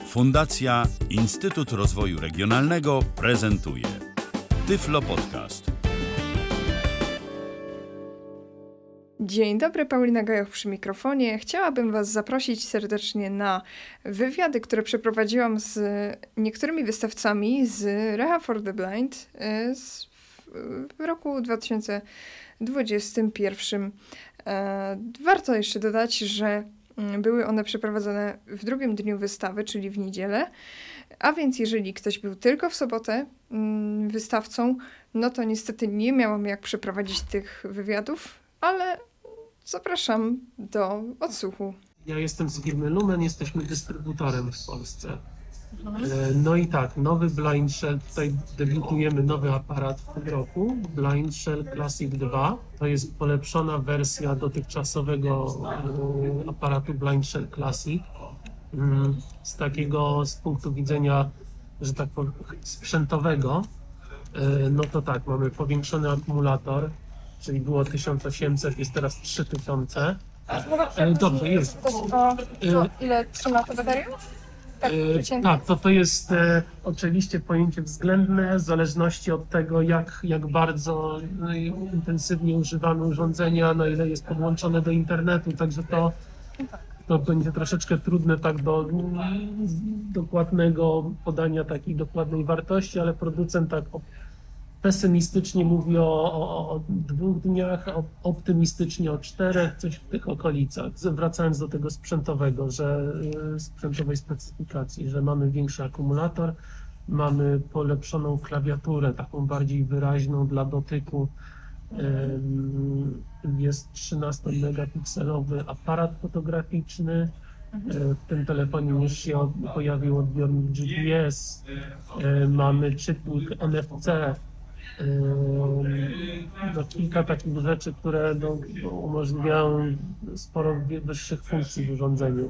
Fundacja Instytut Rozwoju Regionalnego prezentuje Tyflo Podcast. Dzień dobry, Paulina Gajoch przy mikrofonie. Chciałabym Was zaprosić serdecznie na wywiady, które przeprowadziłam z niektórymi wystawcami z Reha for the Blind w roku 2021. Warto jeszcze dodać, że były one przeprowadzone w drugim dniu wystawy, czyli w niedzielę, a więc jeżeli ktoś był tylko w sobotę wystawcą, no to niestety nie miałam jak przeprowadzić tych wywiadów, ale zapraszam do odsłuchu. Ja jestem z firmy Lumen, jesteśmy dystrybutorem w Polsce. No i tak, nowy Blind Shell, tutaj debiutujemy nowy aparat w tym roku, Blind Shell Classic 2. To jest polepszona wersja dotychczasowego aparatu Blind Shell Classic. Z punktu widzenia, że tak powiem, sprzętowego, no to tak, mamy powiększony akumulator, czyli było 1800, jest teraz 3000. Dobrze, jest. Ile trzyma to bateria? Tak, to jest oczywiście pojęcie względne, w zależności od tego, jak bardzo intensywnie używamy urządzenia, na ile jest podłączone do internetu, także to będzie troszeczkę trudne tak do dokładnego podania takiej dokładnej wartości, ale producent tak pesymistycznie mówi o 2 dniach, optymistycznie o 4, coś w tych okolicach. Wracając do tego sprzętowej specyfikacji, że mamy większy akumulator, mamy polepszoną klawiaturę, taką bardziej wyraźną dla dotyku. Jest 13-megapikselowy aparat fotograficzny. W tym telefonie już się pojawił odbiornik GPS, mamy czytnik NFC. Kilka takich rzeczy, które umożliwiają sporo wyższych funkcji w urządzeniu.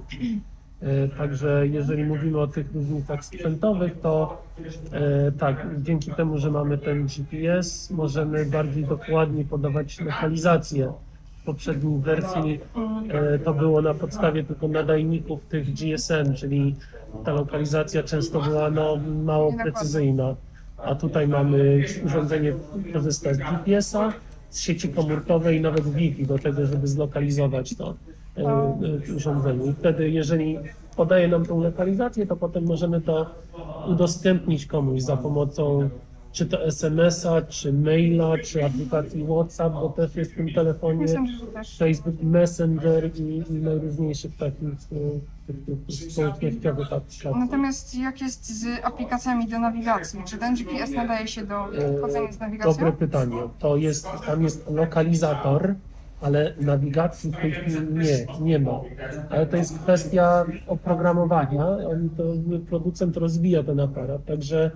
Także jeżeli mówimy o tych różnicach sprzętowych, to tak, dzięki temu, że mamy ten GPS, możemy bardziej dokładnie podawać lokalizację. W poprzedniej wersji to było na podstawie tylko nadajników tych GSM, czyli ta lokalizacja często była mało precyzyjna. A tutaj mamy urządzenie, korzysta z GPS-a, z sieci komórkowej i nawet Wi-Fi do tego, żeby zlokalizować to urządzenie. I wtedy, jeżeli podaje nam tą lokalizację, to potem możemy to udostępnić komuś za pomocą czy to SMS-a, czy maila, czy aplikacji WhatsApp, bo też jest w tym telefonie Facebook Messenger i najróżniejszych takich społecznościowych aplikacji. Natomiast jak jest z aplikacjami do nawigacji? Czy ten GPS nadaje się do chodzenia z nawigacją? Dobre pytanie. Tam jest lokalizator, ale nawigacji w tej chwili nie ma. Ale to jest kwestia oprogramowania. Producent rozwija ten aparat, także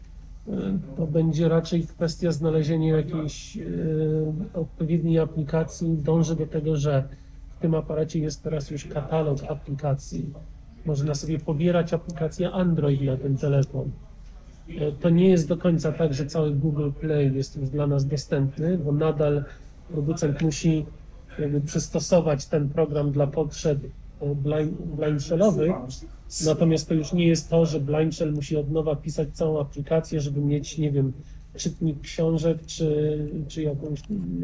to będzie raczej kwestia znalezienia jakiejś odpowiedniej aplikacji. Dąży do tego, że w tym aparacie jest teraz już katalog aplikacji. Można sobie pobierać aplikację Android na ten telefon. To nie jest do końca tak, że cały Google Play jest już dla nas dostępny, bo nadal producent musi przystosować ten program dla potrzeb blind shellowych. Natomiast to już nie jest to, że Blind Shell musi od nowa pisać całą aplikację, żeby mieć, nie wiem, czytnik książek czy jakąś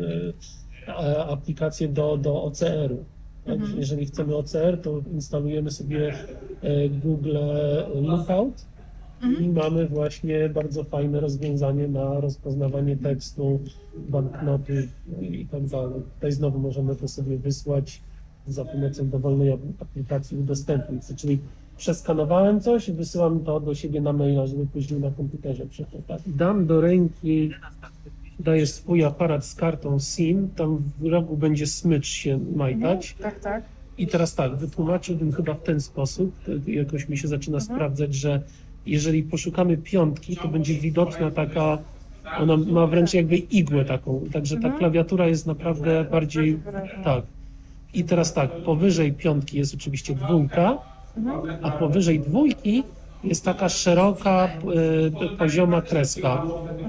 aplikację do OCR-u. Tak? Jeżeli chcemy OCR, to instalujemy sobie Google Lookout i mamy właśnie bardzo fajne rozwiązanie na rozpoznawanie tekstu, banknoty i tak dalej. Tutaj znowu możemy to sobie wysłać za pomocą dowolnej aplikacji udostępnić, czyli przeskanowałem coś i wysyłam to do siebie na maila, żeby później na komputerze przeczytać. Dam do ręki, daję swój aparat z kartą SIM, tam w rogu będzie smycz się majtać. Tak. I teraz tak, wytłumaczyłbym chyba w ten sposób, jakoś mi się zaczyna sprawdzać, że jeżeli poszukamy piątki, to będzie widoczna taka, ona ma wręcz jakby igłę taką, także ta klawiatura jest naprawdę bardziej, tak. I teraz tak, powyżej piątki jest oczywiście 2, a powyżej 2 jest taka szeroka, pozioma kreska.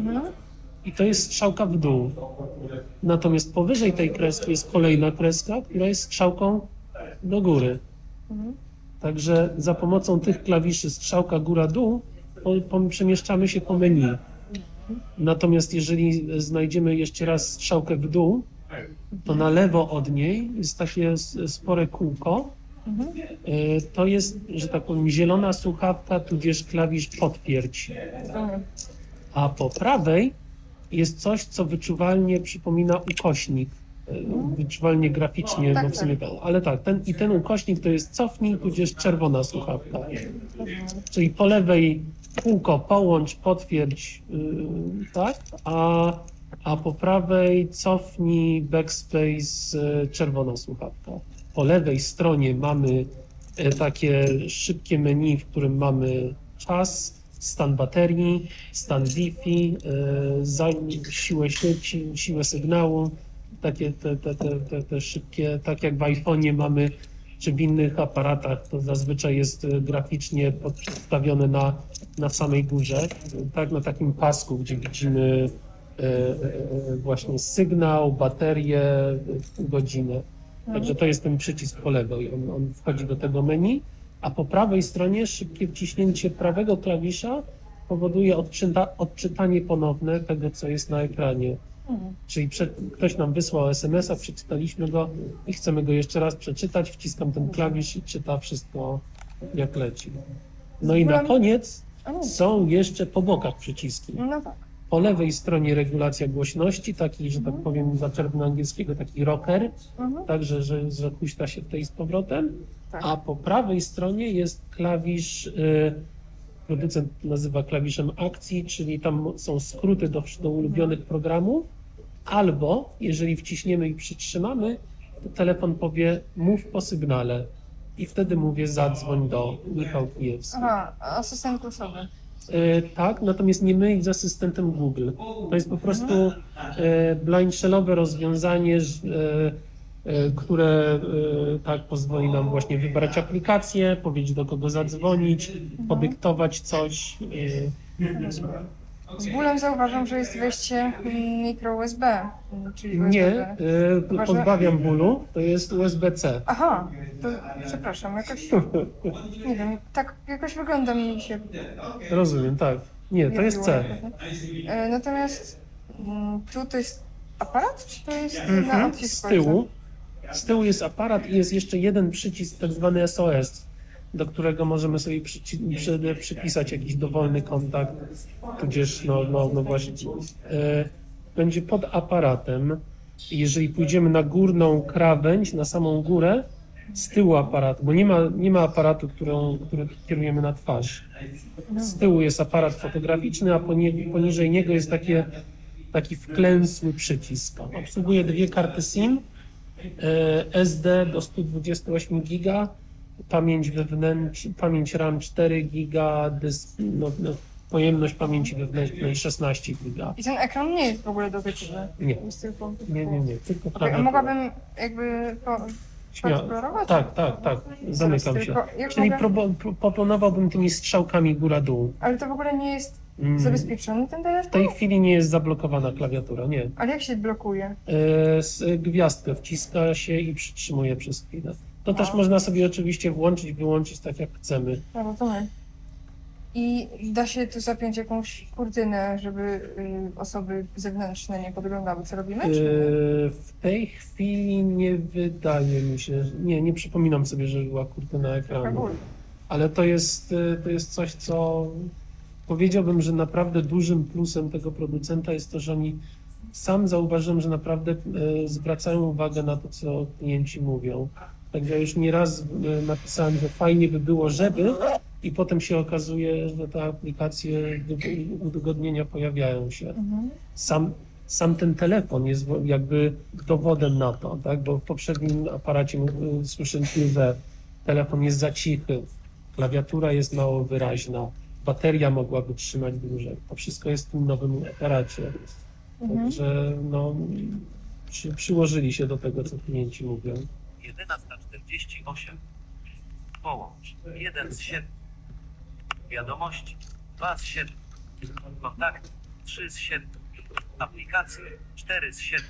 I to jest strzałka w dół. Natomiast powyżej tej kreski jest kolejna kreska, która jest strzałką do góry. Także za pomocą tych klawiszy strzałka góra-dół przemieszczamy się po menu. Natomiast jeżeli znajdziemy jeszcze raz strzałkę w dół, to na lewo od niej jest takie spore kółko. To jest, że tak powiem, zielona słuchawka, tudzież klawisz potwierdź. A po prawej jest coś, co wyczuwalnie przypomina ukośnik. Wyczuwalnie graficznie, tak, bo w sumie, ale tak, ten ukośnik to jest cofnij, tudzież czerwona słuchawka. Czyli po lewej kółko połącz, potwierdź, tak, a po prawej cofnij, backspace, czerwona słuchawka. Po lewej stronie mamy takie szybkie menu, w którym mamy czas, stan baterii, stan Wi-Fi, siłę sieci, siłę sygnału, takie te szybkie, tak jak w iPhone'ie mamy, czy w innych aparatach, to zazwyczaj jest graficznie przedstawione na samej górze, tak, na takim pasku, gdzie widzimy właśnie sygnał, baterię, godzinę. Także to jest ten przycisk po lewej, on wchodzi do tego menu, a po prawej stronie szybkie wciśnięcie prawego klawisza powoduje odczytanie ponowne tego, co jest na ekranie. Czyli ktoś nam wysłał SMS-a, przeczytaliśmy go i chcemy go jeszcze raz przeczytać, wciskam ten klawisz i czyta wszystko jak leci. No i na koniec są jeszcze po bokach przyciski. No tak. Po lewej stronie regulacja głośności, taki, że tak powiem, za czerwony angielskiego, taki rocker, także, że huśta się tutaj z powrotem. Tak. A po prawej stronie jest klawisz, producent nazywa klawiszem akcji, czyli tam są skróty do ulubionych programów, albo jeżeli wciśniemy i przytrzymamy, to telefon powie mów po sygnale i wtedy mówię zadzwoń do Michał Kijewski. Aha, asystent głosowy. Tak, natomiast nie mylić z asystentem Google. To jest po prostu blind shellowe rozwiązanie, które tak pozwoli nam właśnie wybrać aplikację, powiedzieć do kogo zadzwonić, podyktować coś. Z bólem zauważam, że jest wejście mikro USB, czyli USB. Nie, pozbawiam bólu, to jest USB-C. Aha, to przepraszam, jakoś, nie wiem, tak jakoś wygląda mi się. Rozumiem, tak. Nie, to jest C. Natomiast tu to jest aparat, czy to jest na odcisku? Z tyłu jest aparat i jest jeszcze jeden przycisk, tak zwany SOS, do którego możemy sobie przypisać jakiś dowolny kontakt, tudzież no właśnie. Będzie pod aparatem. Jeżeli pójdziemy na górną krawędź, na samą górę, z tyłu aparatu, bo nie ma aparatu, który kierujemy na twarz. Z tyłu jest aparat fotograficzny, a poniżej niego jest taki wklęsły przycisk. Obsługuje 2 karty SIM, SD do 128 GB, pamięć RAM 4 GB, pojemność pamięci wewnętrznej 16 GB. I ten ekran nie jest w ogóle dotyczny? Nie. Jest tylko... Nie, tylko Okay, klawiatura. mogłabym jakby poeksplorować? Tak, zamykam się. Czyli proponowałbym tymi strzałkami góra-dół. Ale to w ogóle nie jest zabezpieczony ten telefon? W tej chwili nie jest zablokowana klawiatura, nie. Ale jak się blokuje? Gwiazdkę wciska się i przytrzymuje przez chwilę. To też można sobie oczywiście włączyć, wyłączyć tak jak chcemy. No, rozumiem. I da się tu zapiąć jakąś kurtynę, żeby osoby zewnętrzne nie podglądały, co robimy? W tej chwili nie wydaje mi się, nie przypominam sobie, że była kurtyna ekranu. Ale to jest coś, co powiedziałbym, że naprawdę dużym plusem tego producenta jest to, że oni sam zauważyłem, że naprawdę zwracają uwagę na to, co klienci mówią. Także już nieraz napisałem, że fajnie by było, żeby, i potem się okazuje, że te aplikacje udogodnienia pojawiają się. Sam ten telefon jest jakby dowodem na to, tak? Bo w poprzednim aparacie słyszeliśmy, że telefon jest za cichy, klawiatura jest mało wyraźna, bateria mogłaby trzymać dłużej. To wszystko jest w tym nowym aparacie. Także przyłożyli się do tego, co klienci mówią. 11:48. Połącz 1 z 7. Wiadomości 2 z 7. Kontakt 3 z 7. Aplikacje 4 z 7.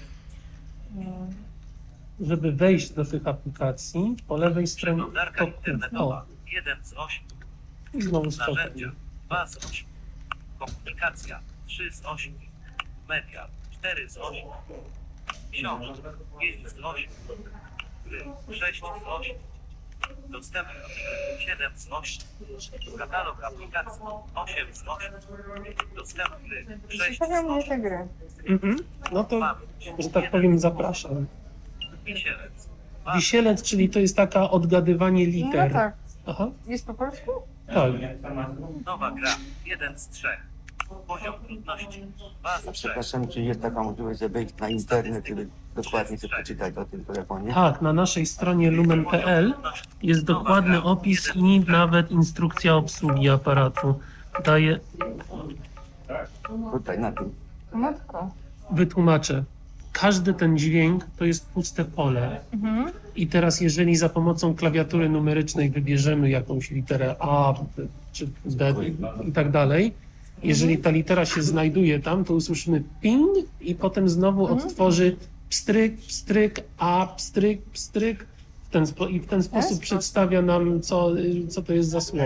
Żeby wejść do tych aplikacji, po lewej stronie Przeglądarka internetowa 1 z 8. I znowu spokój. Narzędzia 2 z 8. Komunikacja 3 z 8. Media 4 z 8. Książki 5 z 8. Gry 6 z 8. Dostępny 7 z 8. Katalog aplikacji 8 z 8. Dostępny 6 z Ciekawią mnie 8. te gry. No to, że tak powiem, zapraszam. Wisielec. Wisielec, czyli to jest taka odgadywanie No liter. tak. Aha, Jest po polsku? tak. Nowa gra 1 z 3. Poziom trudności 2 z 3. Przepraszam, czy jest taka możliwość, żeby wejść na internet i dokładnie sobie poczytać o tym telefonie? Tak, na naszej stronie lumen.pl jest dokładny opis i nawet instrukcja obsługi aparatu. Daję, Tutaj, na tym. Matko. wytłumaczę. Każdy ten dźwięk to jest puste pole. Mhm. I teraz jeżeli za pomocą klawiatury numerycznej wybierzemy jakąś literę A czy D i tak dalej, jeżeli ta litera się znajduje tam, to usłyszymy ping i potem znowu odtworzy pstryk, pstryk, a pstryk, pstryk. I w ten sposób przedstawia nam, co to jest za słowo.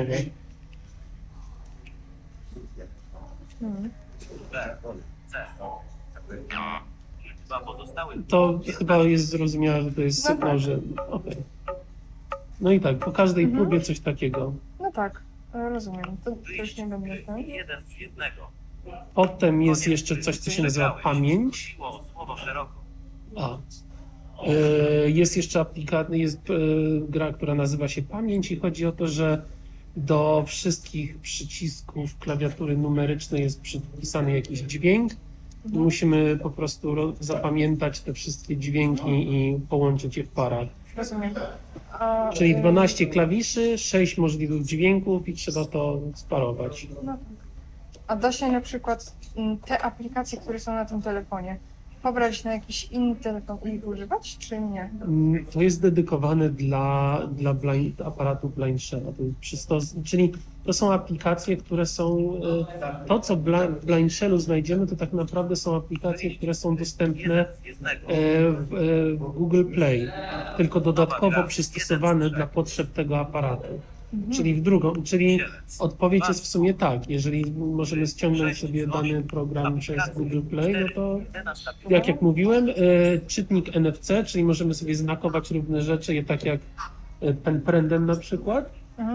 B, C. Liczba pozostałych To chyba jest zrozumiałe, że to jest sygnał, że okej. No i tak, po każdej próbie coś takiego. No tak, rozumiem. To też nie będę ten. 1 z 1. Potem jest jeszcze coś, co się nazywa pamięć. Słowo szeroko. A. Jest jeszcze gra, która nazywa się Pamięć i chodzi o to, że do wszystkich przycisków klawiatury numerycznej jest przypisany jakiś dźwięk i musimy po prostu zapamiętać te wszystkie dźwięki i połączyć je w parach. Rozumiem. Czyli 12 klawiszy, 6 możliwych dźwięków i trzeba to sparować. No tak. A da się na przykład te aplikacje, które są na tym telefonie, pobrać na jakiś inny telefon i ich używać, czy nie? To jest dedykowane dla aparatu Blind Shella. Czyli to są aplikacje, które są... To, co w Blind Shellu znajdziemy, to tak naprawdę są aplikacje, które są dostępne w Google Play, tylko dodatkowo przystosowane dla potrzeb tego aparatu. Czyli odpowiedź jest w sumie tak, jeżeli możemy ściągnąć sobie dany program przez Google Play, no to jak mówiłem, czytnik NFC, czyli możemy sobie znakować różne rzeczy, tak jak ten prędem na przykład,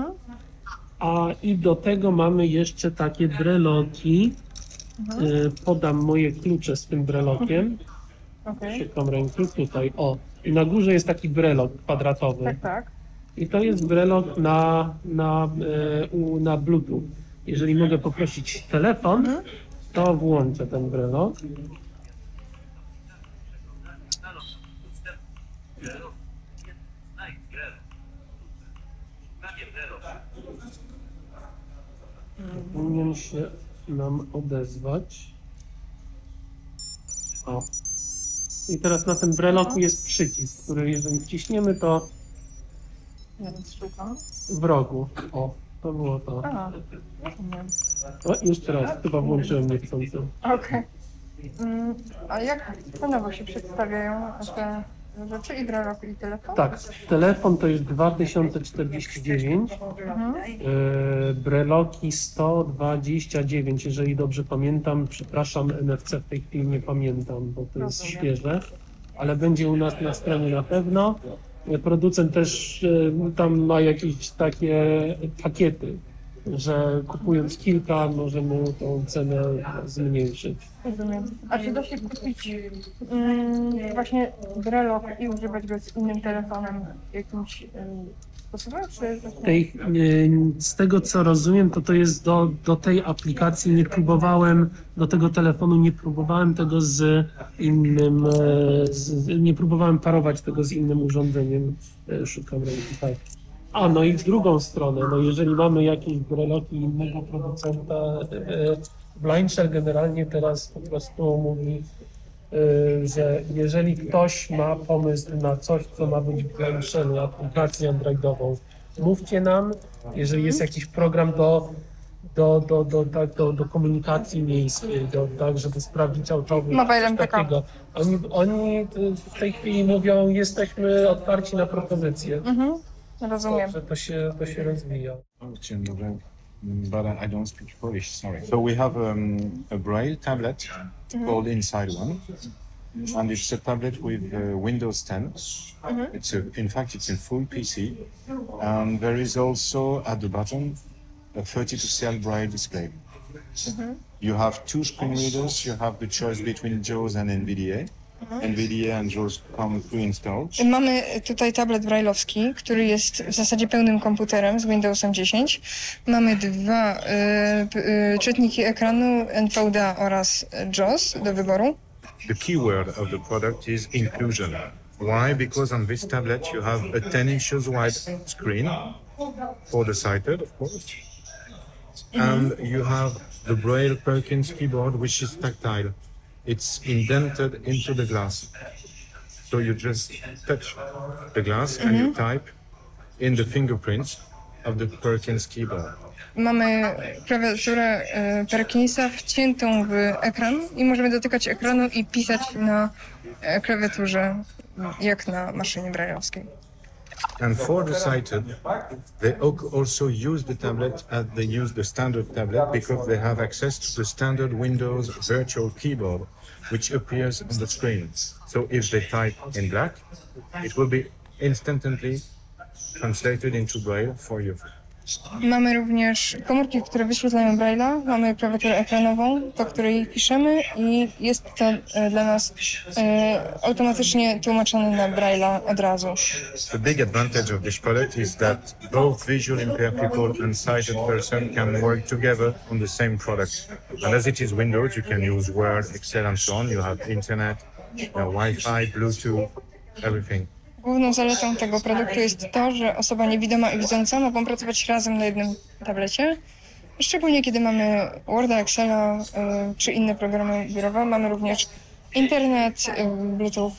i do tego mamy jeszcze takie breloki. Podam moje klucze z tym brelokiem. Siekam ręki tutaj, i na górze jest taki brelok kwadratowy. Tak, tak. I to jest brelok na Bluetooth. Jeżeli mogę poprosić telefon, to włączę ten brelok. Powinien się nam odezwać. I teraz na tym breloku jest przycisk, który jeżeli wciśniemy, to w rogu. To było to. Rozumiem. Jeszcze raz, chyba włączyłem niechcący. Okej. A jak cenowo się przedstawiają te rzeczy i brelok i telefon? Tak, telefon to jest 2049, breloki 129, jeżeli dobrze pamiętam. Przepraszam, NFC w tej chwili nie pamiętam, bo to jest świeże, ale będzie u nas na stronie na pewno. Producent też tam ma jakieś takie pakiety, że kupując kilka możemy tą cenę zmniejszyć. Rozumiem. A czy da się kupić właśnie brelok i używać go z innym telefonem jakimś sposobem? Z tego co rozumiem, to jest do tej aplikacji nie próbowałem, do tego telefonu nie próbowałem tego z innym, nie próbowałem parować tego z innym urządzeniem. Szukam ręki, tak. No i w drugą stronę, jeżeli mamy jakieś breloki innego producenta, Blind Shell generalnie teraz po prostu mówi, że jeżeli ktoś ma pomysł na coś, co ma być w Blind Shellu, aplikację androidową, mówcie nam, jeżeli jest jakiś program do komunikacji miejskiej, tak, żeby sprawdzić autobus, coś takiego. Oni w tej chwili mówią, jesteśmy otwarci na propozycje. Rozumiem. Że to się rozwija. Dzień dobry, but I don't speak Polish, sorry. So we have a braille tablet called Inside One, and it's a tablet with Windows 10. In fact, it's a full PC, and there is also at the bottom a 32-cell braille display. You have two screen readers. You have the choice between JAWS and NVDA. NVDA and JAWS come pre-installed. Mamy tutaj tablet braille'owski, który jest w zasadzie pełnym komputerem z Windowsem 10. Mamy dwa czytniki ekranu NVDA oraz JAWS do wyboru. The keyword of the product is inclusion. Why? Because on this tablet you have a 10 inches wide screen for the sighted, of course, and you have the Braille Perkins keyboard, which is tactile. It's indented into the glass. So you just touch the glass and you type in the fingerprints of the Perkins keyboard. Mamy klawiaturę Perkinsa wciętą w ekran i możemy dotykać ekranu i pisać na klawiaturze jak na maszynie braille'owskiej. And for the sighted, they also use the tablet as they use the standard tablet because they have access to the standard Windows virtual keyboard, which appears on the screen. So if they type in black, it will be instantly translated into Braille for you. Mamy również komórki, które wyświetlają Braille'a. Mamy klawiaturę ekranową, po której piszemy i jest to dla nas automatycznie tłumaczone na Braille'a od razu. The big advantage of this product is that both visually impaired people and sighted person can work together on the same product. And as it is Windows, you can use Word, Excel and so on. You have internet, Wi-Fi, Bluetooth, everything. Główną zaletą tego produktu jest to, że osoba niewidoma i widząca mogą pracować razem na jednym tablecie. Szczególnie kiedy mamy Worda, Excela czy inne programy biurowe. Mamy również internet, Bluetooth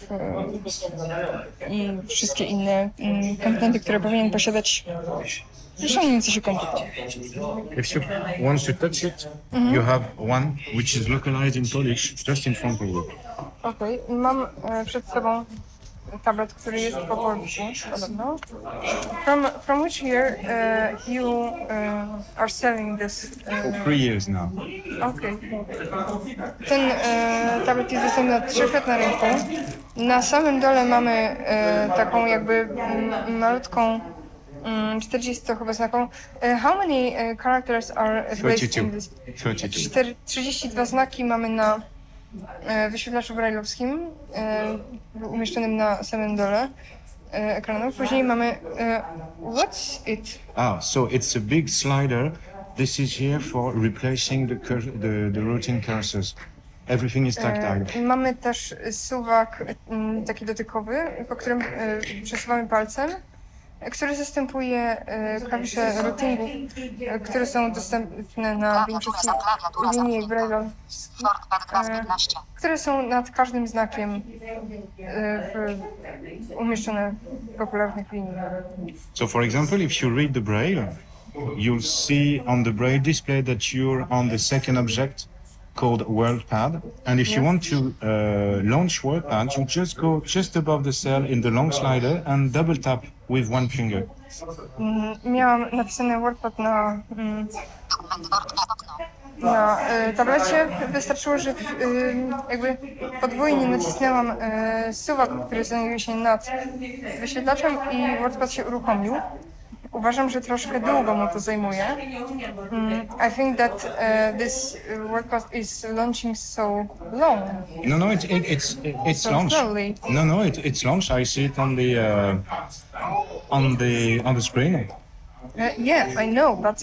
i wszystkie inne komponenty, które powinien posiadać szanujący się komputer. If you want to touch it, you have one which is localized in Polish just in front of you. Okej, mam przed sobą tablet, który jest po polsku, podobno. From which year you are selling this? For 3 years now. Okay. Ten tablet jest dostępny od 3 lat na rynku. Na samym dole mamy taką jakby malutką 40 chyba znaką. How many characters are placed in this? 32. 32 znaki mamy na wyświetlaczu braille'owskim umieszczonym na samym dole ekranu. Później mamy what's it? So it's a big slider. This is here for replacing the routine cursors. Everything is tactile. Mamy też suwak taki dotykowy, po którym przesuwamy palcem, który zastępuje klawisze routingu, które są dostępne na większości linii braille'owskich, które są nad każdym znakiem umieszczone w popularnych liniach. So for example, if you read the Braille, you'll see on the Braille display that you're on the second object called WorldPad. And if you want to launch WorldPad, you just go just above the cell in the long slider and double tap with one finger. Miałam napisane WordPad na tablecie. Wystarczyło, że jakby podwójnie nacisnęłam suwak, który znajduje się nad wyświetlaczem i WordPad się uruchomił. Uważam, że troszkę długo mu to zajmuje. I think that this WordPad is launching so long. No, it's So launched. slowly. No, it's launched. I see it on the screen. Yeah, I know, but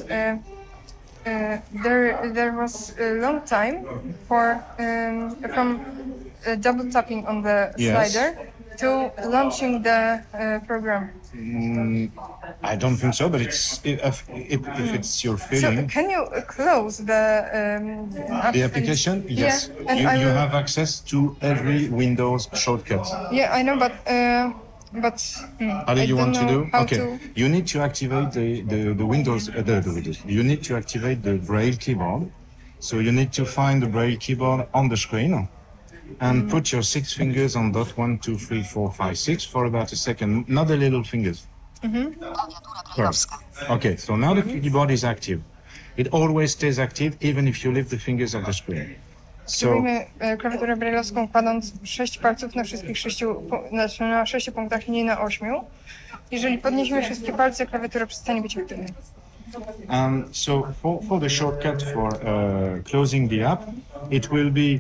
there was a long time for from double tapping on the Yes. slider to launching the program. I don't think so, but if it's your So feeling. can you close The application? Yes. Yeah, and You have access to every Windows shortcut. Yeah, I know, but How do I you don't want to know do? how Okay. to. You need to activate the Windows. You need to activate the Braille keyboard. So you need to find the Braille keyboard on the screen and put your 6 fingers on dot 1, 2, 3, 4, 5, 6 for about a second. Not the little fingers. First. Okay, so now the keyboard is active. It always stays active even if you lift the fingers off the screen. So Robimy klawiaturę brajlowską kładąc 6 palców na wszystkich 6, znaczy na 6 punktach, nie na 8. Jeżeli podniesiemy wszystkie palce, klawiatura przestanie być aktywna. so for the shortcut for closing the app, it will be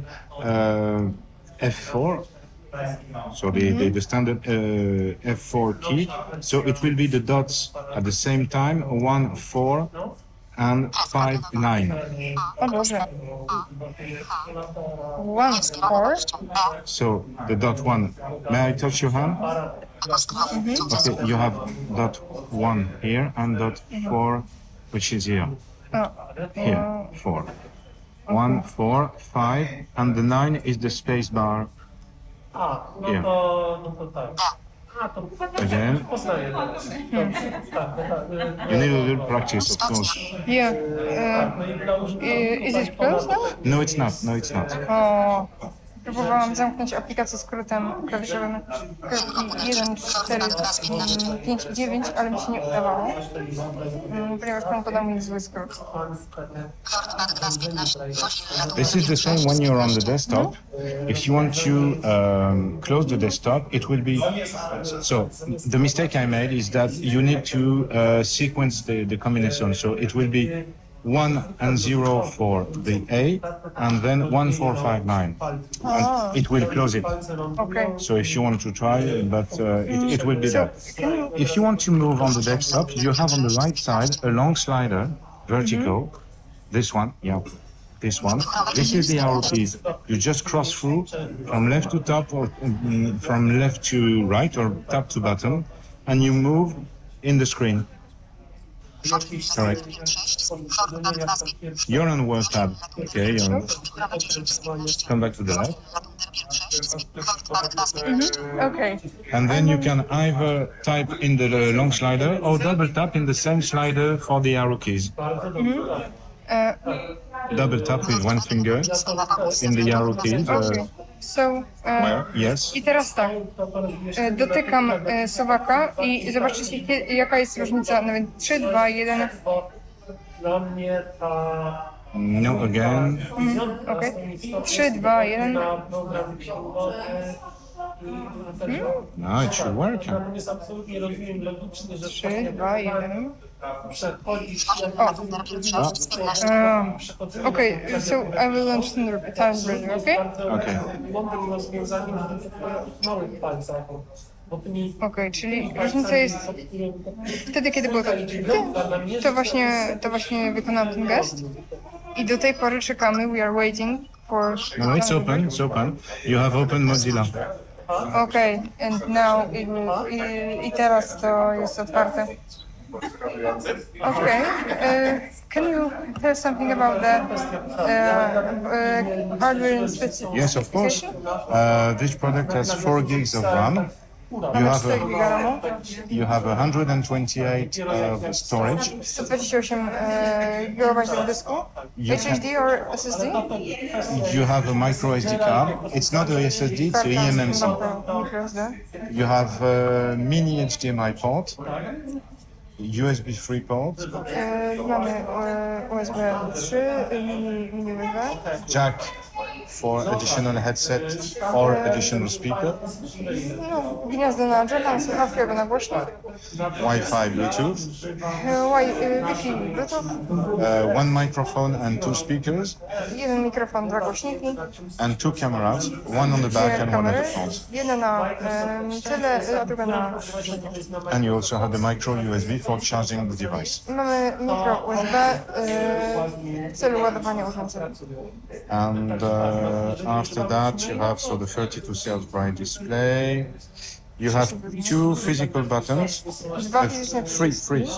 F4. So the standard F4 key. So it will be the dots at the same time, 1, 4, and 5, 9. O Boże. 1, 4. So the dot 1. May I touch your hand? Okay, you have dot 1 here and dot 4, which is here. Here, 4. 1, 4, 5, and the 9 is the space bar. No to tak. Again. Poznaję. You need a little practice, of course. Yeah. Is it closed now? No, it's not. No, it's not. O, próbowałam zamknąć aplikację skrótem klawiszowym 1, 4, 5 i 9, ale mi się nie udawało, ponieważ pan podał mi zły skrót. This is the same when you're on the desktop. If you want to close the desktop, it will be... So the mistake I made is that you need to sequence the combination. So it will be 1 and 0 for the A, and then 1, 4, 5, 9. And it will close it. Okay. So if you want to try, but it will be that. If you want to move on the desktop, you have on the right side a long slider, vertical. This one, yeah, this one. This is the arrow keys. You just cross through from left to top or from left to right or top to bottom, and you move in the screen. Correct. You're on Word tab. Okay, come back to the left. Okay. And then you can either type in the long slider or double tap in the same slider for the arrow keys. Double tap with one finger in the arrow keys. Okay. So, Yes. I teraz tak, dotykam suwaka i zobaczycie jaka jest różnica, nawet 3, 2, 1. Dla mnie ta... No, again. Okay. 3, 2, 1. No, it should work. Natomiast absolutnie rozumiem logicznie, że 3, 2, 1. przechodzisz... Okay, so I will launch the time browser, okay? Okay. Mądrym rozwiązaniem w małych palcach. Okej, czyli różnica jest wtedy, kiedy było to właśnie wykonałam ten gest i do tej pory czekamy, we are waiting for... No, it's open, it's open. You have opened Mozilla. Okay, and now i teraz to jest otwarte. Okay, can you tell something about the hardware and specification? Yes, of course. This product has 4 gigs of RAM. You have 128 of storage. 128 GB dysku. HDD or SSD? You have a micro SD card. It's not a SSD, it's a eMMC. You have a mini HDMI port. USB 3 port. Mamy USB 3, mini USB. Jack for additional headset or additional speaker. No, gniazdo na jacka, słuchawkę albo na głośnik. Wi-Fi, Bluetooth. Wi-Fi, Bluetooth. One microphone and 2 speakers. Jeden mikrofon, 2 głośniki. And 2 cameras, one on the back and one at the front. Jedna na tyle, a druga na... And you also have the micro USB for charging the device. Mamy mikro USB w celu ładowania urządzenia. And after that, you have the 32 cells bright display. You have 2 physical buttons. Three.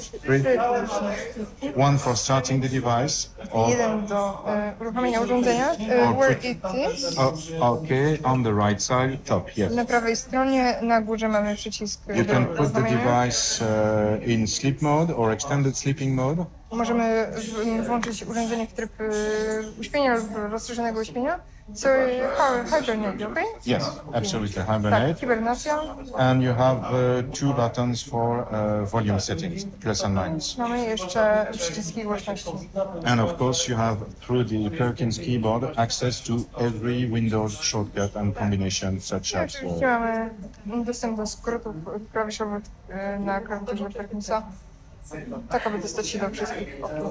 One for starting the device. Jeden do uruchomienia urządzenia. Where it is? Okay, on the right side, top, yes. Na prawej stronie, na górze mamy przycisk You can put the device in sleep mode or extended sleeping mode. możemy włączyć urządzenie, które uśpienia lub rozszerzonego uśpienia. So hibernate, okay? Yes, absolutely. Tak, Hibernate. hibernacja. And you have 2 buttons for volume settings, plus and minus. Mamy jeszcze przyciski głośności. And of course, you have through the Perkins keyboard access to every Windows shortcut and combination, such as. Oczywiście mamy dostęp do skrótów klawiszowych na klawiaturze Perkinsa, tak aby dostać się do wszystkich.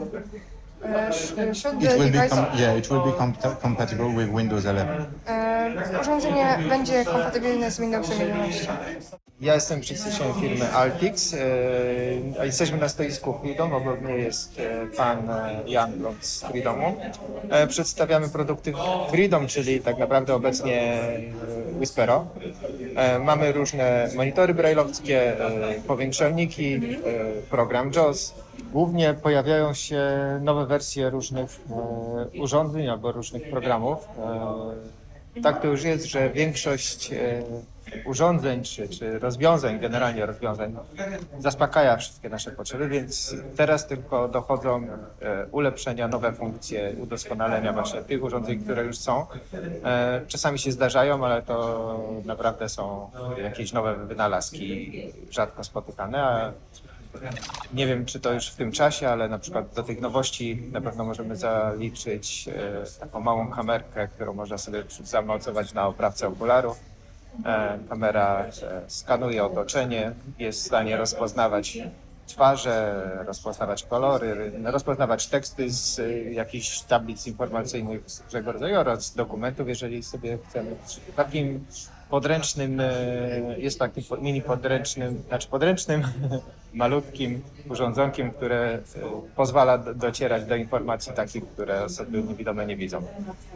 It will be compatible with Windows 11. Urządzenie będzie kompatybilne z Windowsem 11. Ja jestem przedstawicielem firmy Altix. Jesteśmy na stoisku Freedom. Obok mnie jest pan Jan Blond z Freedomu. Przedstawiamy produkty Freedom, czyli tak naprawdę obecnie Whispero. Mamy różne monitory braille'owskie, powiększalniki, program JAWS. Głównie pojawiają się nowe wersje różnych urządzeń albo różnych programów. Tak to już jest, że większość urządzeń czy rozwiązań, generalnie rozwiązań, zaspokaja wszystkie nasze potrzeby, więc teraz tylko dochodzą ulepszenia, nowe funkcje, udoskonalenia właśnie tych urządzeń, które już są. Czasami się zdarzają, ale to naprawdę są jakieś nowe wynalazki, rzadko spotykane. A nie wiem, czy to już w tym czasie, ale na przykład do tych nowości na pewno możemy zaliczyć taką małą kamerkę, którą można sobie zamocować na oprawce okularu. Kamera skanuje otoczenie, jest w stanie rozpoznawać twarze, rozpoznawać kolory, rozpoznawać teksty z jakichś tablic informacyjnych różnego rodzaju oraz dokumentów, jeżeli sobie chcemy. Takim podręcznym, jest takim mini podręcznym, podręcznym, malutkim urządzonkiem, które pozwala docierać do informacji takich, które osoby niewidome nie widzą.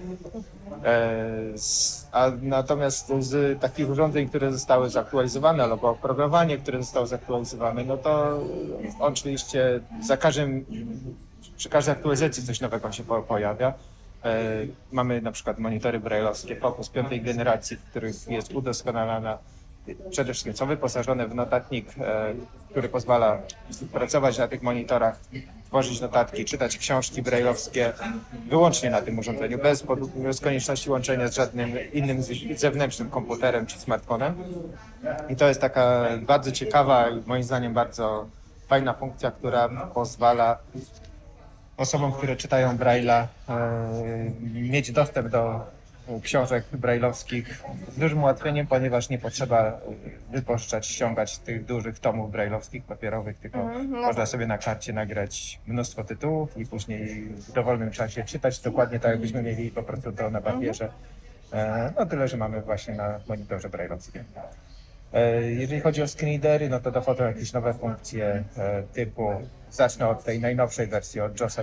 Natomiast z takich urządzeń, które zostały zaktualizowane, albo oprogramowanie, które zostało zaktualizowane, no to oczywiście przy każdej aktualizacji coś nowego się pojawia. Mamy na przykład monitory braille'owskie Focus 5. generacji, w których jest udoskonalana, przede wszystkim są wyposażone w notatnik, który pozwala pracować na tych monitorach, tworzyć notatki, czytać książki braille'owskie wyłącznie na tym urządzeniu, bez konieczności łączenia z żadnym innym zewnętrznym komputerem czy smartfonem. I to jest taka bardzo ciekawa i moim zdaniem bardzo fajna funkcja, która pozwala osobom, które czytają Braille'a, mieć dostęp do książek braille'owskich z dużym ułatwieniem, ponieważ nie potrzeba wypożyczać, ściągać tych dużych tomów braille'owskich, papierowych, tylko można sobie na karcie nagrać mnóstwo tytułów i później w dowolnym czasie czytać dokładnie tak, jakbyśmy mieli po prostu to na papierze. No tyle, że mamy właśnie na monitorze braille'owskim. Jeżeli chodzi o screen readery, no to dochodzą jakieś nowe funkcje typu, zacznę od tej najnowszej wersji, od JAWSa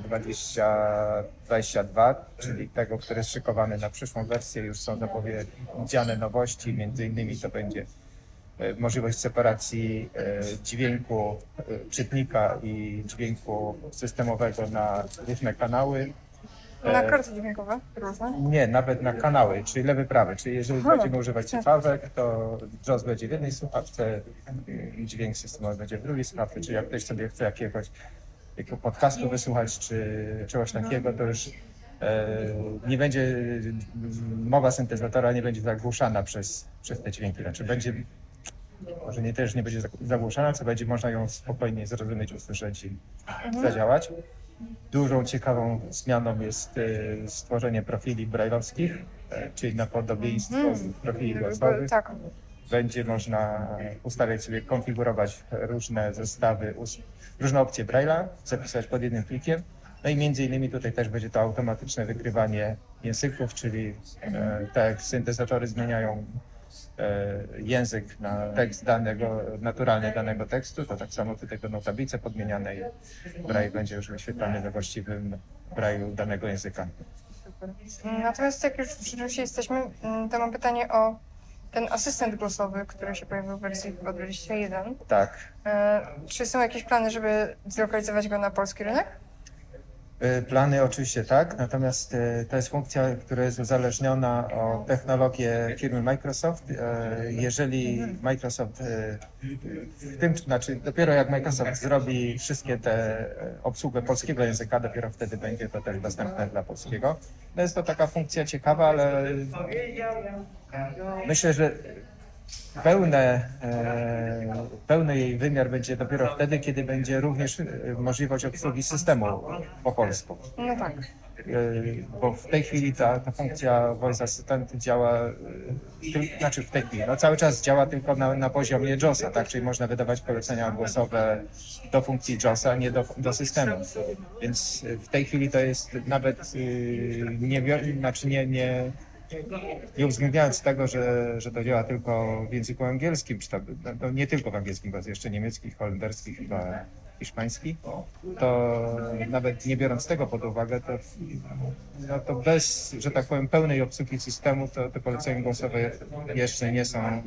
2022, czyli tego, który jest szykowany na przyszłą wersję. Już są zapowiedziane nowości, między innymi to będzie możliwość separacji dźwięku czytnika i dźwięku systemowego na różne kanały. Na karty dźwiękowe różne? Nie, nawet na kanały, czyli lewy, prawy. Czyli jeżeli będziemy używać słuchawek, to JAWS będzie w jednej słuchawce, dźwięk systemowy będzie w drugiej słuchawce, czyli jak ktoś sobie chce jakiego podcastu wysłuchać, czy czegoś takiego, to już nie będzie, mowa syntezatora nie będzie zagłuszana przez te dźwięki. Znaczy będzie, może nie też nie będzie zagłuszana, co będzie można ją spokojnie zrozumieć, usłyszeć i zadziałać. Dużą ciekawą zmianą jest stworzenie profili braille'owskich, czyli na podobieństwo profili głosowych. Tak. Będzie można ustawiać sobie, konfigurować różne zestawy, różne opcje Braille'a, zapisać pod jednym klikiem. No i między innymi tutaj też będzie to automatyczne wykrywanie języków, czyli tak jak syntezatory zmieniają język na tekst naturalnie danego tekstu, to tak samo tutaj będą tablice podmieniane i Braille będzie już wyświetlany we właściwym Braille'u danego języka. Super. Natomiast jak już przy czymś jesteśmy, to mam pytanie o ten asystent głosowy, który się pojawił w wersji 21. Tak. Czy są jakieś plany, żeby zlokalizować go na polski rynek? Plany oczywiście tak, natomiast to jest funkcja, która jest uzależniona od technologię firmy Microsoft. Jeżeli Microsoft, dopiero jak Microsoft zrobi wszystkie te obsługę polskiego języka, dopiero wtedy będzie to też dostępne dla polskiego. No jest to taka funkcja ciekawa, ale myślę, że pełny jej wymiar będzie dopiero wtedy, kiedy będzie również możliwość obsługi systemu po polsku. No tak. Bo w tej chwili ta funkcja Voice Assistant działa, w tej chwili, cały czas działa tylko na poziomie JAWS-a, tak? Czyli można wydawać polecenia głosowe do funkcji JAWS-a, nie do systemu. Więc w tej chwili to jest nawet nie uwzględniając tego, że to działa tylko w języku angielskim, czy nie tylko w angielskim, bo jest jeszcze niemiecki, holenderski, chyba hiszpański, to nawet nie biorąc tego pod uwagę, to bez, że tak powiem, pełnej obsługi systemu, to te polecenia głosowe jeszcze nie są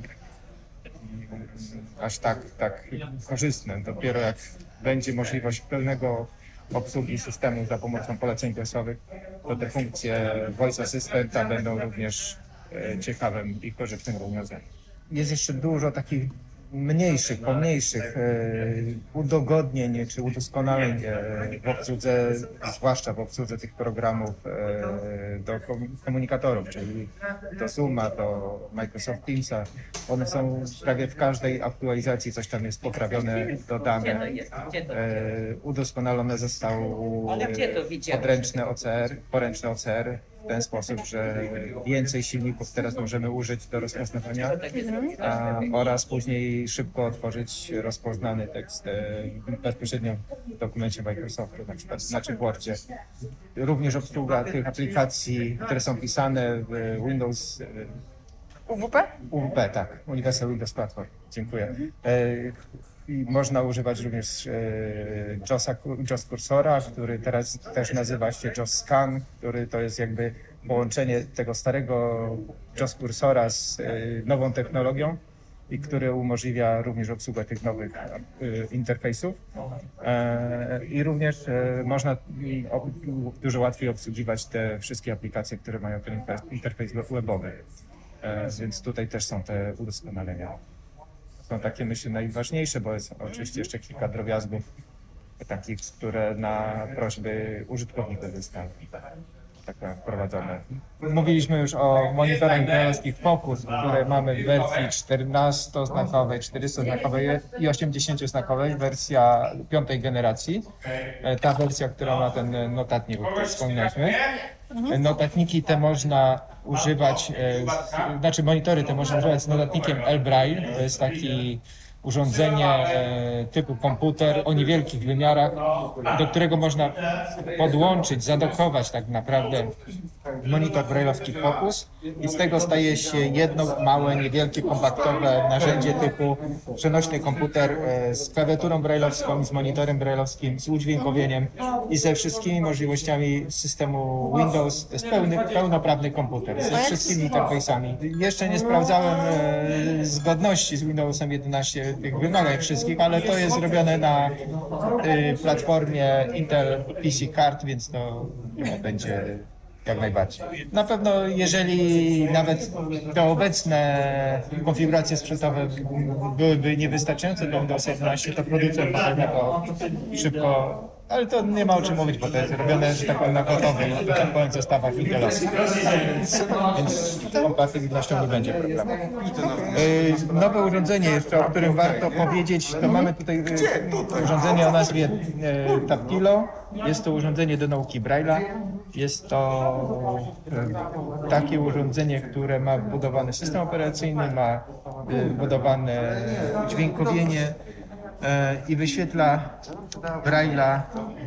aż tak korzystne. Dopiero jak będzie możliwość pełnego obsługi systemu za pomocą poleceń głosowych, to te funkcje Voice Assistanta będą również ciekawym i korzystnym rozwiązaniem. Jest jeszcze dużo takich pomniejszych udogodnień czy udoskonaleń w obsłudze, zwłaszcza w obsłudze tych programów do komunikatorów, czyli do Zooma, do Microsoft Teamsa. One są prawie w każdej aktualizacji, coś tam jest poprawione, dodane. Udoskonalone zostały poręczne OCR w ten sposób, że więcej silników teraz możemy użyć do rozpoznawania oraz później szybko otworzyć rozpoznany tekst bezpośrednio w dokumencie Microsoftu, na przykład w Wordzie. Również obsługa tych aplikacji, które są pisane w Windows. UWP, tak. Universal Windows Platform. Dziękuję. I można używać również JAWS kursora, który teraz też nazywa się JAWS Scan, który to jest jakby połączenie tego starego JAWS kursora z nową technologią i który umożliwia również obsługę tych nowych interfejsów. I również można dużo łatwiej obsługiwać te wszystkie aplikacje, które mają ten interfejs webowy. Więc tutaj też są te udoskonalenia. Są takie, myślę, najważniejsze, bo jest oczywiście jeszcze kilka drobiazgów takich, które na prośby użytkowników zostały wprowadzone. Mówiliśmy już o monitorach brailleowskich Focus, które mamy w wersji 14-znakowej, 400-znakowej i 80-znakowej, wersja 5. generacji. Ta wersja, która ma ten notatnik, o którym wspominaliśmy. Notatniki te można używać, monitory te można używać z notatnikiem L-Braille. To jest taki urządzenie typu komputer o niewielkich wymiarach, do którego można podłączyć, zadokować tak naprawdę monitor brailleowski Focus i z tego staje się jedno małe, niewielkie, kompaktowe narzędzie typu przenośny komputer z klawiaturą brailleowską, z monitorem brailleowskim, z udźwiękowieniem i ze wszystkimi możliwościami systemu Windows. To jest pełnoprawny komputer ze wszystkimi interfejsami. Jeszcze nie sprawdzałem zgodności z Windowsem 11 tych wymagań wszystkich, ale to jest zrobione na platformie Intel PC Card, więc to będzie jak najbardziej. Na pewno, jeżeli nawet te obecne konfiguracje sprzętowe byłyby niewystarczające do Windows 11, to producent na to szybko, ale to nie ma o czym mówić, bo to jest robione, że tak powiem, na gotowej, zestawach Intelowskich. Więc z kompatybilnością nie będzie problemu. Nowe urządzenie jeszcze, o którym warto powiedzieć, to mamy tutaj urządzenie o nazwie Taptilo. Jest to urządzenie do nauki Braille'a. Jest to takie urządzenie, które ma wbudowany system operacyjny, ma wbudowane dźwiękowienie i wyświetla Braille'a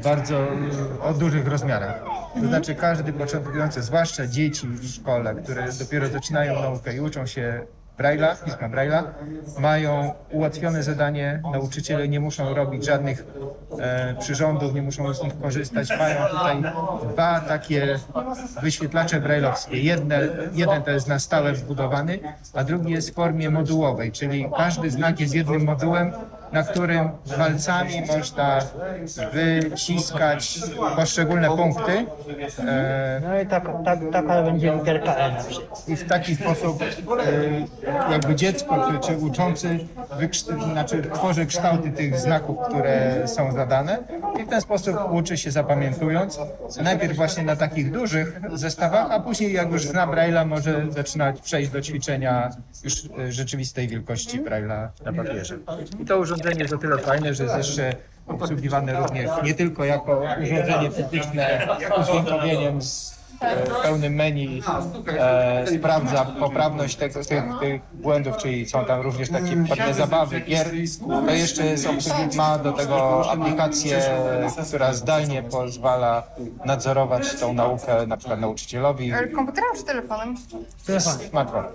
o dużych rozmiarach. To znaczy każdy początkujący, zwłaszcza dzieci w szkole, które dopiero zaczynają naukę i uczą się Braille'a, pisma Braille'a, mają ułatwione zadanie. Nauczyciele nie muszą robić żadnych przyrządów, nie muszą z nich korzystać. Mają tutaj dwa takie wyświetlacze brailleowskie. Jeden to jest na stałe wbudowany, a drugi jest w formie modułowej, czyli każdy znak jest jednym modułem na którym palcami można wyciskać poszczególne punkty. No i taka będzie literka E na przykład. I w taki sposób jakby dziecko czy uczący tworzy kształty tych znaków, które są zadane i w ten sposób uczy się zapamiętując. Najpierw właśnie na takich dużych zestawach, a później jak już zna Braille'a, może zaczynać przejść do ćwiczenia już rzeczywistej wielkości Braille'a na papierze. I to urządzenie jest o tyle fajne, że jest jeszcze obsługiwane również nie tylko jako urządzenie fizyczne z udźwiękowieniem, z pełnym menu, sprawdza poprawność tych błędów, czyli są tam również takie pewne zabawy, gier. To jeszcze ma do tego aplikację, która zdalnie pozwala nadzorować tą naukę, na przykład nauczycielowi. Komputerem czy telefonem? Smartfon.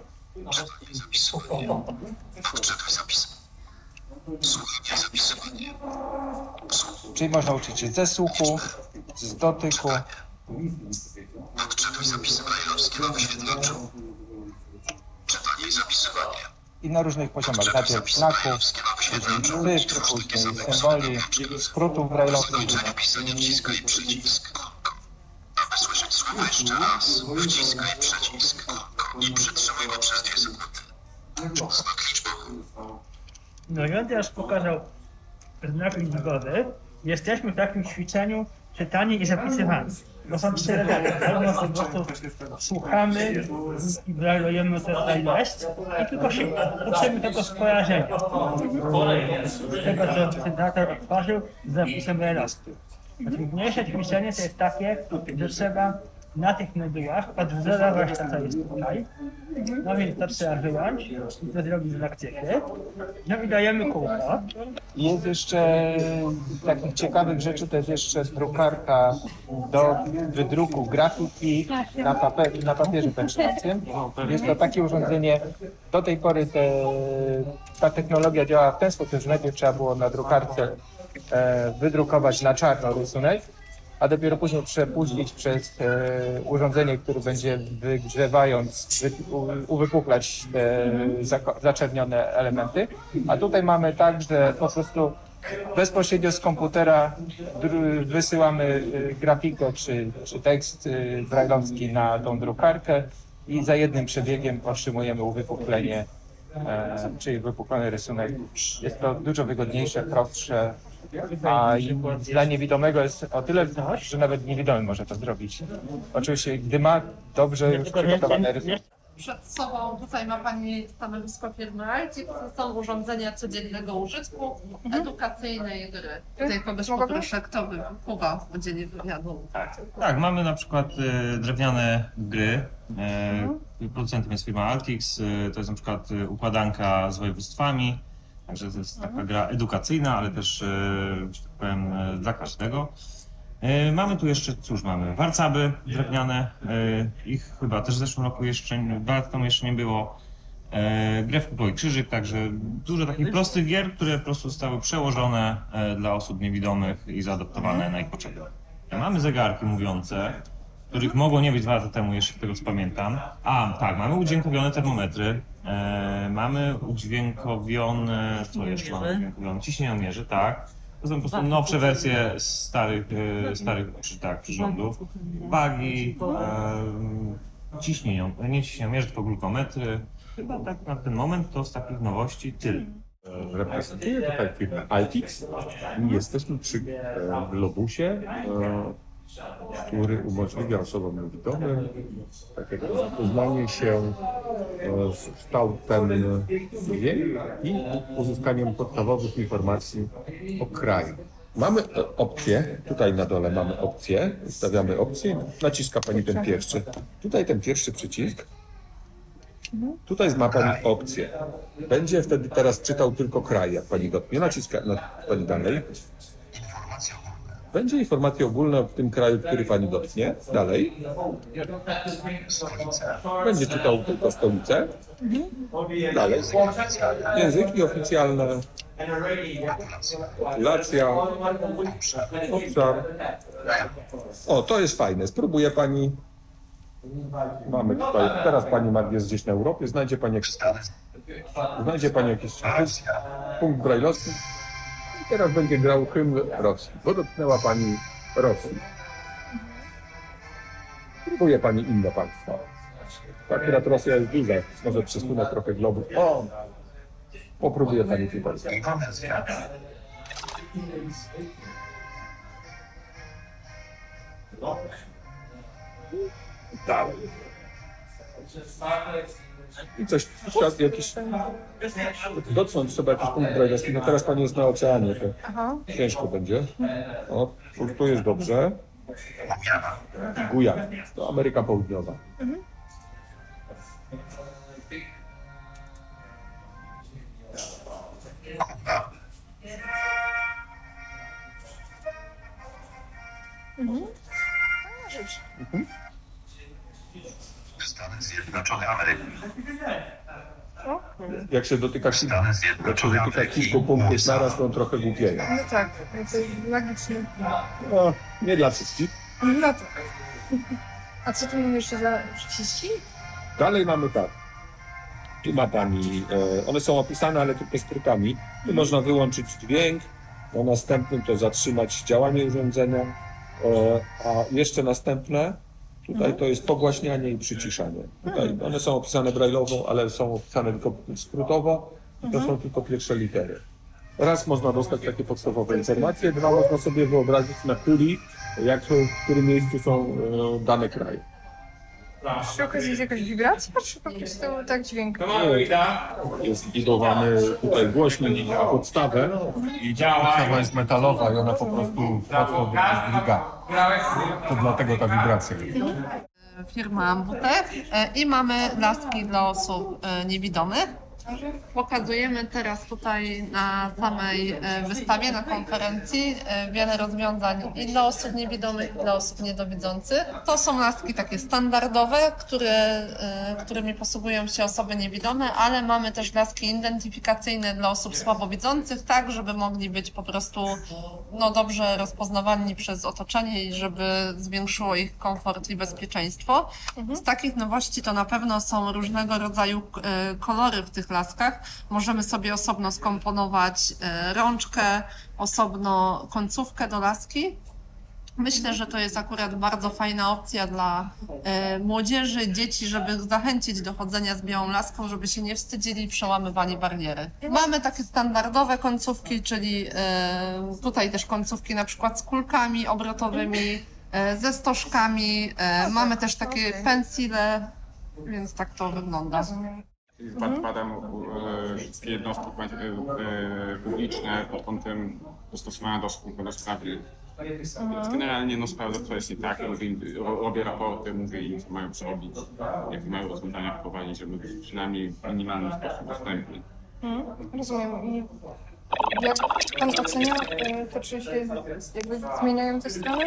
Podczekaj zapis. Słuchanie, zapisywanie. Czyli można uczyć się ze słuchu, z dotyku. Podczekaj zapisy brajlowskie na wyświetlaczu. Czytanie i zapisywanie. I na różnych poziomach, najpierw znaków, później cyfr, później symboli, skrótów brajlowskich. Znaczenie pisania wciskaj przycisk. Aby słyszeć słowo jeszcze raz, wciskaj przycisk i przytrzymuj go przez 2 sekundy. Znak liczbowy. No i on teraz pokazał znak liczbowy. Jesteśmy w takim ćwiczeniu czytanie i zapisywanie. To są 3 redakcje. Albo po prostu słuchamy i brajlujemy tę ilość i tylko się uczymy tego skojarzenia. Z tego, co syntezator otworzył z zapisem brajlowskim. Trudniejsze ćwiczenie to jest takie, że trzeba na tych modułach odwzorować to, co jest tutaj. No więc to trzeba wyjąć i to zrobić z lakcyky. No i dajemy kółko. Jest jeszcze takich ciekawych rzeczy, to jest jeszcze drukarka do wydruku grafiki na papierze pęczniacym. Jest to takie urządzenie, do tej pory ta technologia działa w ten sposób, że najpierw trzeba było na drukarce wydrukować na czarno rysunek, a dopiero później przepuścić przez urządzenie, które będzie wygrzewając, uwypuklać te zaczernione elementy. A tutaj mamy tak, że po prostu bezpośrednio z komputera wysyłamy grafikę czy tekst brajlowski na tą drukarkę i za jednym przebiegiem otrzymujemy uwypuklenie, czyli wypuklony rysunek. Jest to dużo wygodniejsze, prostsze. A dla niewidomego jest o tyle, że nawet niewidomy może to zrobić. Oczywiście, gdy ma dobrze już przygotowane rysunki. Przed sobą tutaj ma Pani stanowisko firmy Altic, to są urządzenia codziennego użytku, edukacyjne i gry. Tutaj kogoś poproszę, kto wykuwa w udzieleniu wywiadu. Tak, mamy na przykład drewniane gry. Producentem jest firma Altix, to jest na przykład układanka z województwami. Także to jest taka gra edukacyjna, ale też, że tak powiem, dla każdego. Mamy tu jeszcze, cóż mamy, warcaby drewniane, ich chyba też w zeszłym roku jeszcze, 2 lata temu jeszcze nie było. Grę w kukło i krzyżyk, także dużo takich prostych gier, które po prostu zostały przełożone dla osób niewidomych i zaadaptowane na ich potrzeby. Mamy zegarki mówiące, których mogło nie być 2 lata temu, jeszcze tego co pamiętam. Tak, mamy udźwiękowione termometry, mamy udźwiękowione, co jeszcze mamy udźwiękowione? Ciśnieniomierzy, tak. To są po prostu nowsze wersje starych przyrządów. Wagi, nie ciśnieniomierzy, tylko glukometry. Chyba tak na ten moment to z takich nowości tyle. Reprezentuję tutaj firmę Altix i jesteśmy przy globusie, który umożliwia osobom niewidomym takie zapoznanie się z kształtem ziemi i uzyskaniem podstawowych informacji o kraju. Mamy opcję, tutaj na dole mamy opcję, ustawiamy opcję, naciska Pani ten pierwszy. Tutaj ten pierwszy przycisk. Tutaj ma Pani opcję. Będzie wtedy teraz czytał tylko kraj, jak Pani dotknie. Naciska Pani dalej. Będzie informacja ogólna w tym kraju, który Pani dotknie. Dalej. Będzie czytał tylko stolicę. Dalej. Języki oficjalne. Populacja. Obszar. O, to jest fajne. Spróbuje Pani. Mamy tutaj, teraz Pani jest gdzieś na Europie. Znajdzie Pani jakiś punkt brajlowski. Teraz będzie grał hymn Rosji, bo dotknęła Pani Rosji. Próbuje Pani inne państwa. Akurat Rosja jest duża, może przesunę trochę globu. O! Popróbuje Pani tutaj. Dalej. I coś, jakiś... Dotknąć trzeba jakiś punkt brajlowski. No teraz Pani jest na oceanie, to ciężko będzie. O, tu jest dobrze. Gujana. To Ameryka Południowa. Stany Zjednoczone Ameryki. Jak się dotyka kilku punktów naraz, to on trochę głupieje. No tak, to jest magiczne. No, nie dla wszystkich. No tak. A co tu mamy jeszcze za przyciski? Dalej mamy tak. Tu ma Pani, one są opisane, ale tylko skrótami. Tu można wyłączyć dźwięk, na następnym to zatrzymać działanie urządzenia, a jeszcze następne, tutaj to jest pogłaśnianie i przyciszanie. Tutaj one są opisane brajlową, ale są opisane tylko skrótowo i to są tylko pierwsze litery. Raz można dostać takie podstawowe informacje, dwa można sobie wyobrazić na kuli, w którym miejscu są dane kraje. Przy okazji jest jakaś wibracja, czy po prostu tak dźwięk? Jest budowany tutaj głośnik na podstawę i podstawa jest metalowa i ona po prostu mocno drga. To dlatego ta wibracja. Firma Ambutek i mamy laski dla osób niewidomych. Pokazujemy teraz tutaj na samej wystawie, na konferencji wiele rozwiązań i dla osób niewidomych, i dla osób niedowidzących. To są laski takie standardowe, którymi posługują się osoby niewidome, ale mamy też laski identyfikacyjne dla osób słabowidzących, tak żeby mogli być po prostu dobrze rozpoznawani przez otoczenie i żeby zwiększyło ich komfort i bezpieczeństwo. Z takich nowości to na pewno są różnego rodzaju kolory w tych laskach. Możemy sobie osobno skomponować rączkę, osobno końcówkę do laski. Myślę, że to jest akurat bardzo fajna opcja dla młodzieży, dzieci, żeby zachęcić do chodzenia z białą laską, żeby się nie wstydzili i przełamywali bariery. Mamy takie standardowe końcówki, czyli tutaj też końcówki na przykład z kulkami obrotowymi, ze stożkami. Mamy też takie pensile, więc tak to wygląda. Badam wszystkie jednostki publiczne pod kątem dostosowania do osób niepełnosprawnych. Więc generalnie sprawdzę, co jest nie tak, robię raporty, mówię im, co mają zrobić, jakie mają rozwiązania wprowadzić, żeby być przynajmniej w minimalny sposób dostępni. Rozumiem. I jak Pan ocenia to, czy się jakby zmieniają te strony?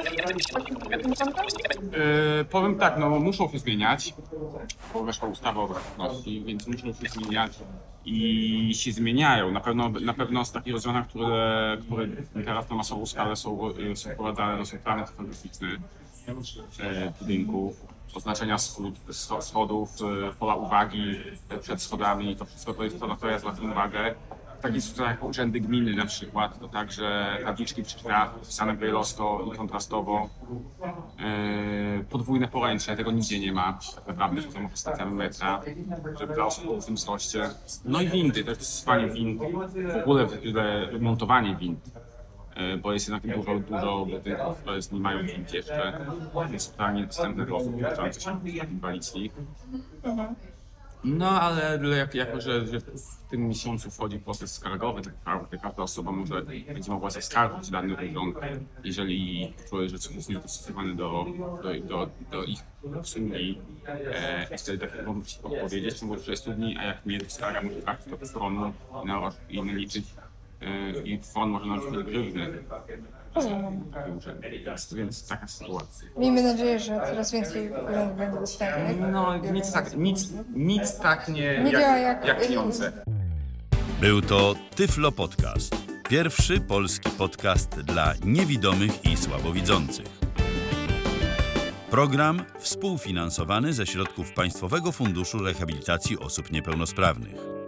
Powiem tak, muszą się zmieniać, bo weszła ustawa o dostępności, więc muszą się zmieniać i się zmieniają. Na pewno z takich rozwiązań, które teraz na masową skalę są wprowadzane, są plany technologiczne budynków, oznaczenia schodów, pola uwagi przed schodami, to wszystko to jest to, na co ja zwracam uwagę. Takie instytucje jak urzędy gminy na przykład, to także tabliczki pisane brajlowsko i kontrastowo. Podwójne poręcze, tego nigdzie nie ma, tak naprawdę w samochodach stacjami metra, żeby dla osób w tym wzroście. No i windy, też dostosowanie wind, w ogóle montowanie wind, bo jest jednak dużo budynków, które nie mają wind jeszcze, więc totalnie dostępne dla osób uczących się inwalidzkich. No ale jako, że w tym miesiącu wchodzi proces skargowy, tak każda osoba będzie mogła zaskarżyć dany urząd, jeżeli czuje, że coś jest niedostosowane do ich usługi. I wtedy tak mogą ci odpowiedzieć, czy może jest studni, a jak nie, to skarga może trafić do stronu i naliczyć. I fond może narzucić grzywny. Więc taka sytuacja. Miejmy nadzieję, że coraz więcej urządów będzie dostępnych. No nic tak nie działa jak pieniądze. Był to Tyflo Podcast. Pierwszy polski podcast dla niewidomych i słabowidzących. Program współfinansowany ze środków Państwowego Funduszu Rehabilitacji Osób Niepełnosprawnych.